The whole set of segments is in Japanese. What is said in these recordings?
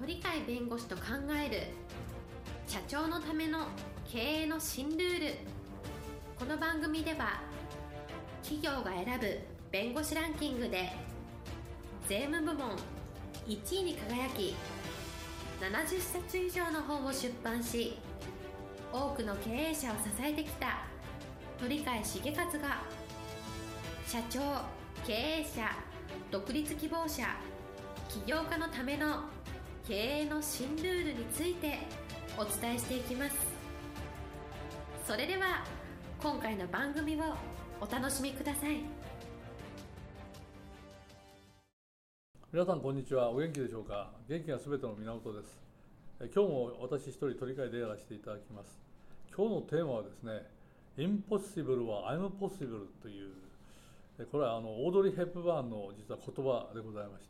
鳥飼弁護士と考える社長のための経営の新ルール。この番組では企業が選ぶ弁護士ランキングで税務部門1位に輝き、70冊以上の本を出版し、多くの経営者を支えてきた鳥飼茂勝が、社長、経営者、独立希望者、起業家のための経営の新ルールについてお伝えしていきます。それでは今回の番組をお楽しみください。 皆さんこんにちは。お元気でしょうか。元気がすべての源です。今日も私一人鳥飼でやらせていただきます。今日のテーマはですね、Impossible は I'm Possible という、これはオードリー・ヘップバーンの実は言葉でございまして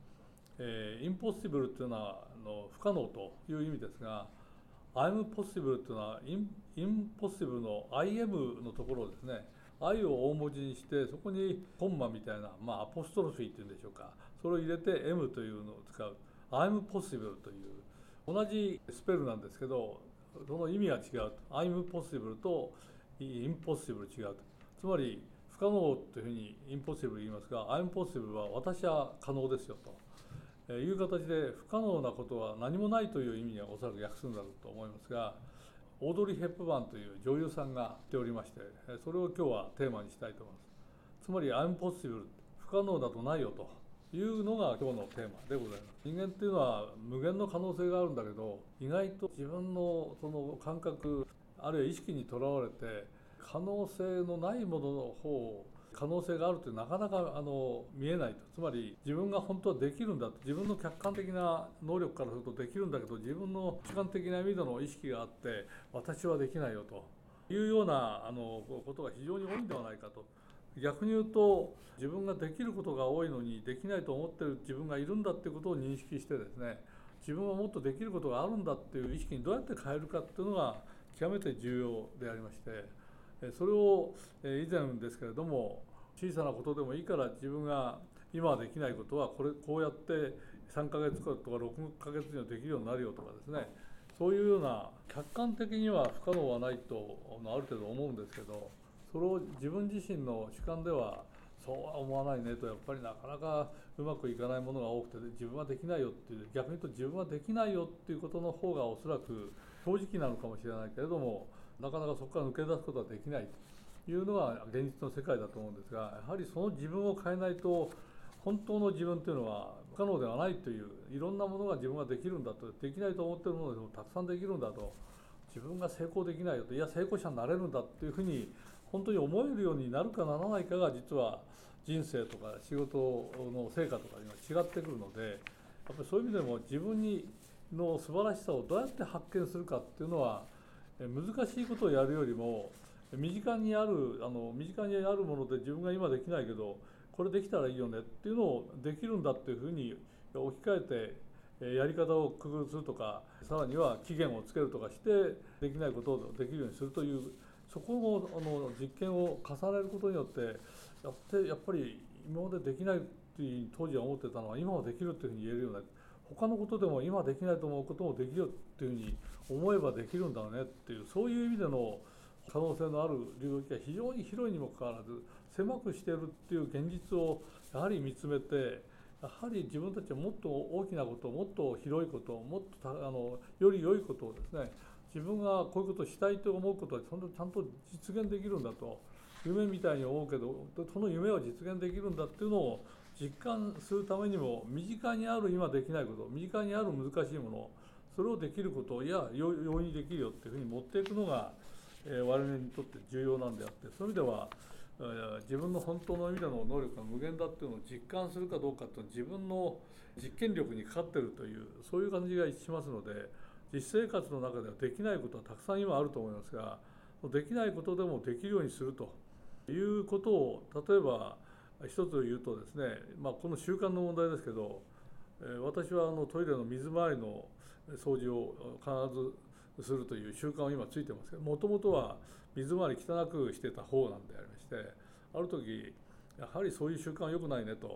、Impossible というのは不可能という意味ですが、I'm Possible というのは Impossible の IM のところですね、I を大文字にしてそこにコンマみたいな、アポストロフィーというんでしょうか、それを入れて M というのを使う I'm Possible という同じスペルなんですけど、その意味が違うと。 I'm Possible と Impossible 違うと。つまり不可能というふうに Impossible 言いますが、 I'm Possible は私は可能ですよという形で、不可能なことは何もないという意味にはおそらく訳すんだろうと思いますが、オードリー・ヘップバーンという女優さんが言っておりまして、それを今日はテーマにしたいと思います。つまり I'm Possible、 不可能だとないよというのが今日のテーマでございます。人間っていうのは無限の可能性があるんだけど、意外と自分のその感覚あるいは意識にとらわれて、可能性のないものの方を可能性があるというなかなか見えないと。つまり自分が本当はできるんだと、自分の客観的な能力からするとできるんだけど、自分の主観的な意味での意識があって私はできないよというようなことが非常に多いんではないかと。逆に言うと、自分ができることが多いのにできないと思っている自分がいるんだということを認識してですね、自分はもっとできることがあるんだっていう意識にどうやって変えるかっていうのが極めて重要でありまして、それを以前ですけれども、小さなことでもいいから自分が今はできないことはこうやって3ヶ月とか6ヶ月にはできるようになるよとかですね、そういうような客観的には不可能はないとある程度思うんですけど、それを自分自身の主観ではそうは思わないねと、やっぱりなかなかうまくいかないものが多くて、自分はできないよっていう、逆に言うと自分はできないよっていうことの方がおそらく正直なのかもしれないけれども、なかなかそこから抜け出すことはできないというのが現実の世界だと思うんですが、やはりその自分を変えないと本当の自分というのは不可能ではないという、いろんなものが自分ができるんだと、できないと思っているものでもたくさんできるんだと、自分が成功できないよと、いや成功者になれるんだっていうふうに本当に思えるようになるかならないかが、実は人生とか仕事の成果とかには違ってくるので、やっぱりそういう意味でも自分の素晴らしさをどうやって発見するかっていうのは、難しいことをやるよりも身近にあるもので、自分が今できないけどこれできたらいいよねっていうのをできるんだっていうふうに置き換えて、やり方を工夫するとか、さらには期限をつけるとかして、できないことをできるようにするという、そこの実験を重ねることによってやっぱり今までできないっていう当時は思ってたのは、今はできるっていうふうに言えるような、他のことでも今できないと思うこともできるっていうふうに思えばできるんだねっていう、そういう意味での可能性のある領域が非常に広いにもかかわらず狭くしているっていう現実をやはり見つめて、やはり自分たちはもっと大きなこと、もっと広いこと、もっとより良いことをですね、自分がこういうことをしたいと思うことはちゃんと実現できるんだと、夢みたいに思うけどその夢を実現できるんだっていうのを実感するためにも、身近にある今できないこと、身近にある難しいもの、それをできることを容易にできるよっていうふうに持っていくのが我々にとって重要なんであって、そういう意味では自分の本当の意味での能力が無限だっていうのを実感するかどうかっていうのは自分の実験力にかかっているという、そういう感じがしますので、実生活の中ではできないことはたくさん今あると思いますが、できないことでもできるようにするということを、例えば一つ言うとですね、この習慣の問題ですけど、私はトイレの水回りの掃除を必ずするという習慣を今ついてますけど、もともとは水回り汚くしてた方なんでありまして、ある時やはりそういう習慣は良くないねと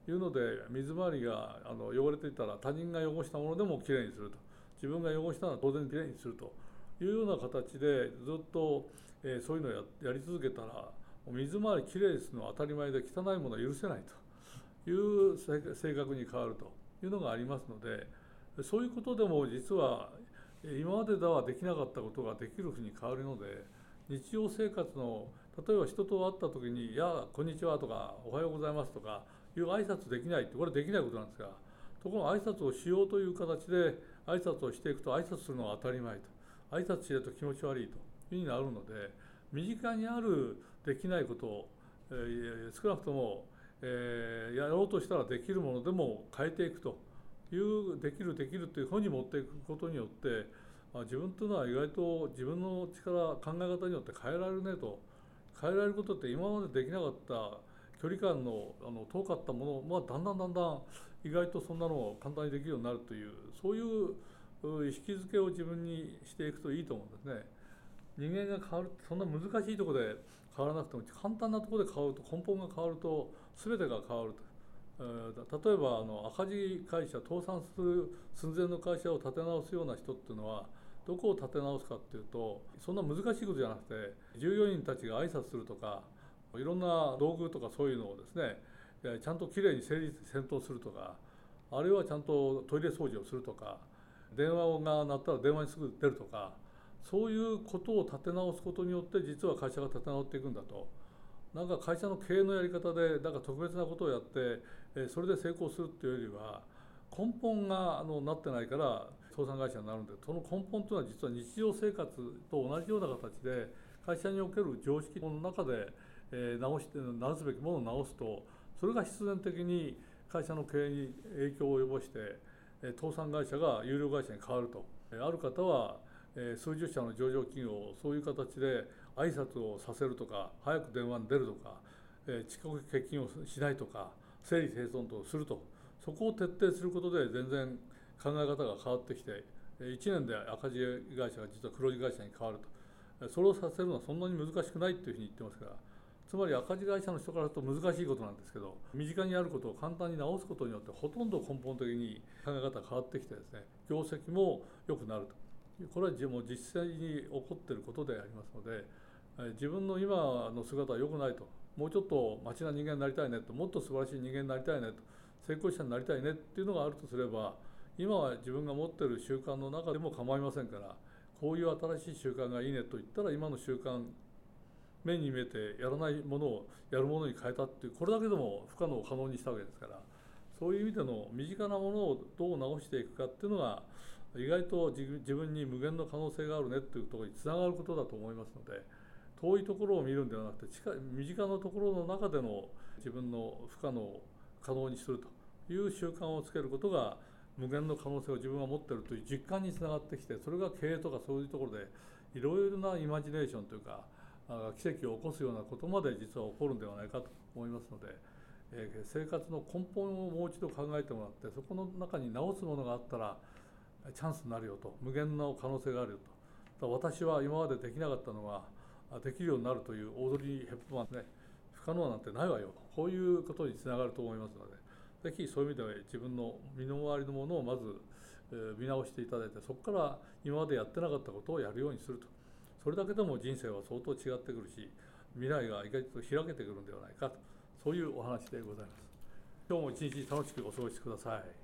いうので、水回りが汚れていたら他人が汚したものでもきれいにすると、自分が汚したら当然きれいにするというような形でずっと、そういうのを やり続けたら、水回りきれいにするのは当たり前で、汚いものは許せないという性格に変わるというのがありますので、そういうことでも実は今までではできなかったことができるふうに変わるので、日常生活の例えば人と会った時に「いやこんにちは」とか「おはようございます」とかいう挨拶できないって、これできないことなんですが、ところが挨拶をしようという形で挨拶をしていくと、挨拶するのが当たり前と、挨拶しないと気持ち悪いというふうになるので、身近にあるできないことを、少なくとも、やろうとしたらできるものでも変えていくという、できるというふうに持っていくことによって、自分というのは意外と自分の力、考え方によって変えられるねと。変えられることって、今までできなかった距離感の遠かったもの、だんだん意外とそんなのを簡単にできるようになるという、そういう意識づけを自分にしていくといいと思うんですね。人間が変わる、そんな難しいところで変わらなくても、簡単なところで変わると、根本が変わると全てが変わると。例えば赤字会社、倒産する寸前の会社を立て直すような人っていうのは、どこを立て直すかっていうと、そんな難しいことじゃなくて、従業員たちが挨拶するとか、いろんな道具とかそういうのをですね、ちゃんときれいに整理整頓するとか、あるいはちゃんとトイレ掃除をするとか、電話が鳴ったら電話にすぐ出るとか、そういうことを立て直すことによって実は会社が立て直っていくんだと。なんか会社の経営のやり方でなんか特別なことをやってそれで成功するっていうよりは、根本がなってないから倒産会社になるんで、その根本というのは実は日常生活と同じような形で、会社における常識の中で直すべきものを直すと、それが必然的に会社の経営に影響を及ぼして倒産会社が有料会社に変わると。ある方は数十社の上場企業をそういう形で挨拶をさせるとか、早く電話に出るとか、遅刻欠勤をしないとか、整理整頓をすると、そこを徹底することで全然考え方が変わってきて、1年で赤字会社が実は黒字会社に変わると。それをさせるのはそんなに難しくないというふうに言ってますから、つまり赤字会社の人からすると難しいことなんですけど、身近にあることを簡単に直すことによって、ほとんど根本的に考え方が変わってきてですね、業績も良くなると。これはもう実際に起こっていることでありますので、自分の今の姿は良くないと、もうちょっとマシな人間になりたいねと、もっと素晴らしい人間になりたいねと、成功者になりたいねっていうのがあるとすれば、今は自分が持っている習慣の中でも構いませんから、こういう新しい習慣がいいねと言ったら、今の習慣、目に見えてやらないものをやるものに変えたっていう、これだけでも不可能を可能にしたわけですから、そういう意味での身近なものをどう直していくかっていうのが、意外と自分に無限の可能性があるねっていうところにつながることだと思いますので、遠いところを見るんではなくて、身近なところの中での自分の不可能を可能にするという習慣をつけることが、無限の可能性を自分が持っているという実感につながってきて、それが経営とかそういうところでいろいろなイマジネーションというか、奇跡を起こすようなことまで実は起こるんではないかと思いますので、生活の根本をもう一度考えてもらって、そこの中に直すものがあったらチャンスになるよと、無限の可能性があるよと。私は今までできなかったのができるようになるというオードリー・ヘップマンね、不可能なんてないわよ、こういうことにつながると思いますので、ぜひそういう意味では自分の身の回りのものをまず見直していただいて、そこから今までやってなかったことをやるようにすると。それだけでも人生は相当違ってくるし、未来が意外と開けてくるんではないかと、そういうお話でございます。今日も一日楽しくお過ごしください。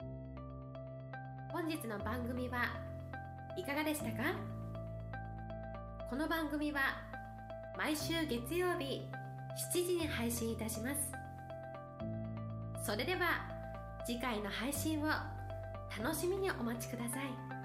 本日の番組はいかがでしたか？この番組は毎週月曜日7時に配信いたします。それでは次回の配信を楽しみにお待ちください。